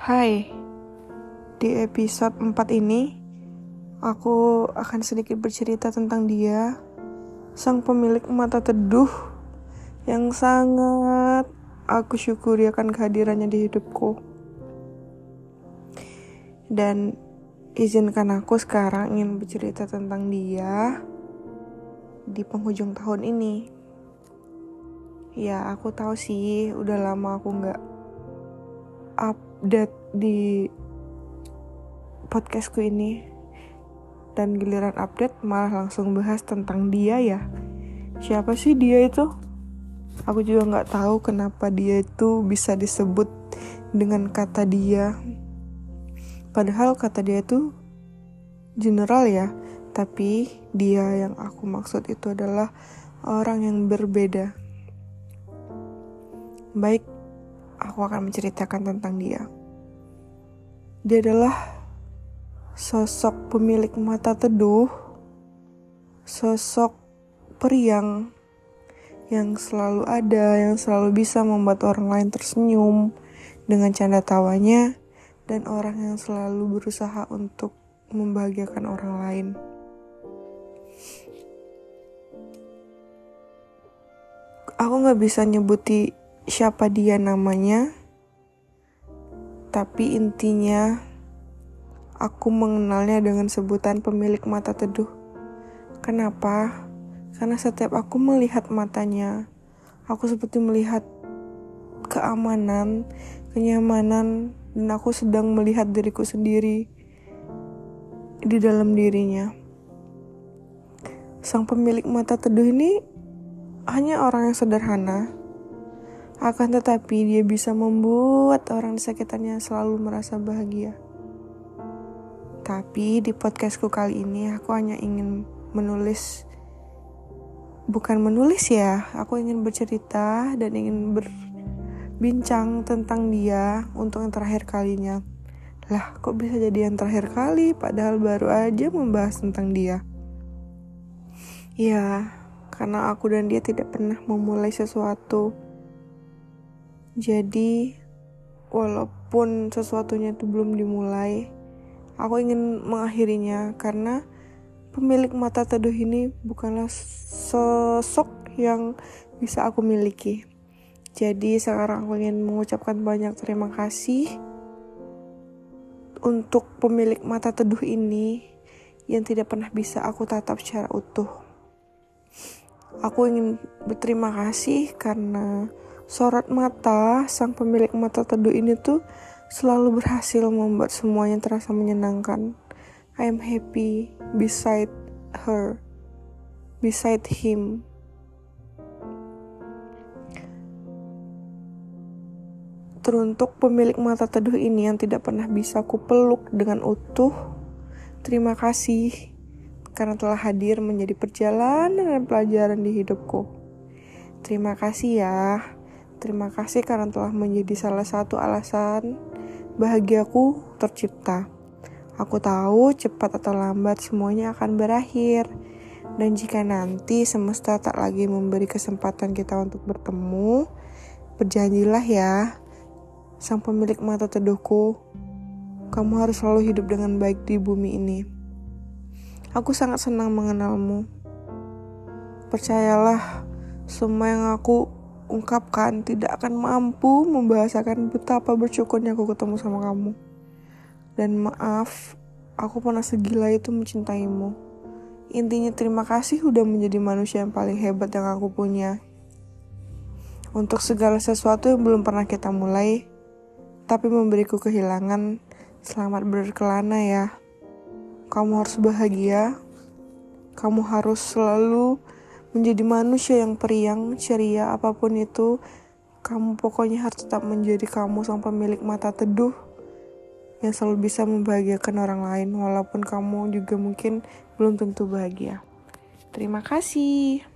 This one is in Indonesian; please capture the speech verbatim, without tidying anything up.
Hai, di episode empat ini aku akan sedikit bercerita tentang dia, sang pemilik mata teduh yang sangat aku syukuri akan kehadirannya di hidupku. Dan izinkan aku sekarang ingin bercerita tentang dia di penghujung tahun ini. Ya, aku tahu sih udah lama aku gak update di podcastku ini, dan giliran update malah langsung bahas tentang dia ya. Siapa sih dia itu? Aku juga gak tahu kenapa dia itu bisa disebut dengan kata dia. Padahal kata dia itu general ya, tapi dia yang aku maksud itu adalah orang yang berbeda. Baik, aku akan menceritakan tentang dia. Dia adalah sosok pemilik mata teduh, sosok periang yang selalu ada, yang selalu bisa membuat orang lain tersenyum dengan canda tawanya, dan orang yang selalu berusaha untuk membahagiakan orang lain. Aku gak bisa nyebuti siapa dia namanya, tapi intinya aku mengenalnya dengan sebutan pemilik mata teduh. Kenapa? Karena setiap aku melihat matanya, aku seperti melihat keamanan, kenyamanan, dan aku sedang melihat diriku sendiri di dalam dirinya. Sang pemilik mata teduh ini hanya orang yang sederhana, akan tetapi dia bisa membuat orang di sekitarnya selalu merasa bahagia. Tapi di podcastku kali ini aku hanya ingin menulis, bukan menulis ya, aku ingin bercerita dan ingin berbincang tentang dia untuk yang terakhir kalinya. Lah, kok bisa jadi yang terakhir kali padahal baru aja membahas tentang dia? Ya, karena aku dan dia tidak pernah memulai sesuatu. Jadi, walaupun sesuatunya itu belum dimulai, aku ingin mengakhirinya karena pemilik mata teduh ini bukanlah sosok yang bisa aku miliki. Jadi sekarang aku ingin mengucapkan banyak terima kasih untuk pemilik mata teduh ini yang tidak pernah bisa aku tatap secara utuh. Aku ingin berterima kasih karena sorot mata sang pemilik mata teduh ini tuh selalu berhasil membuat semuanya terasa menyenangkan. I am happy beside her, beside him. Teruntuk pemilik mata teduh ini yang tidak pernah bisa ku peluk dengan utuh, terima kasih karena telah hadir menjadi perjalanan dan pelajaran di hidupku. Terima kasih ya. Terima kasih karena telah menjadi salah satu alasan bahagiaku tercipta. Aku tahu cepat atau lambat semuanya akan berakhir. Dan jika nanti semesta tak lagi memberi kesempatan kita untuk bertemu, berjanjilah ya, sang pemilik mata teduhku, kamu harus selalu hidup dengan baik di bumi ini. Aku sangat senang mengenalmu. Percayalah, semua yang aku ungkapkan tidak akan mampu membahasakan betapa bersyukurnya aku ketemu sama kamu. Dan maaf, aku pernah segila itu mencintaimu. Intinya terima kasih udah menjadi manusia yang paling hebat yang aku punya. Untuk segala sesuatu yang belum pernah kita mulai, tapi memberiku kehilangan, selamat berkelana ya. Kamu harus bahagia. Kamu harus selalu menjadi manusia yang periang, ceria, apapun itu. Kamu pokoknya harus tetap menjadi kamu, sang pemilik mata teduh yang selalu bisa membahagiakan orang lain, walaupun kamu juga mungkin belum tentu bahagia. Terima kasih.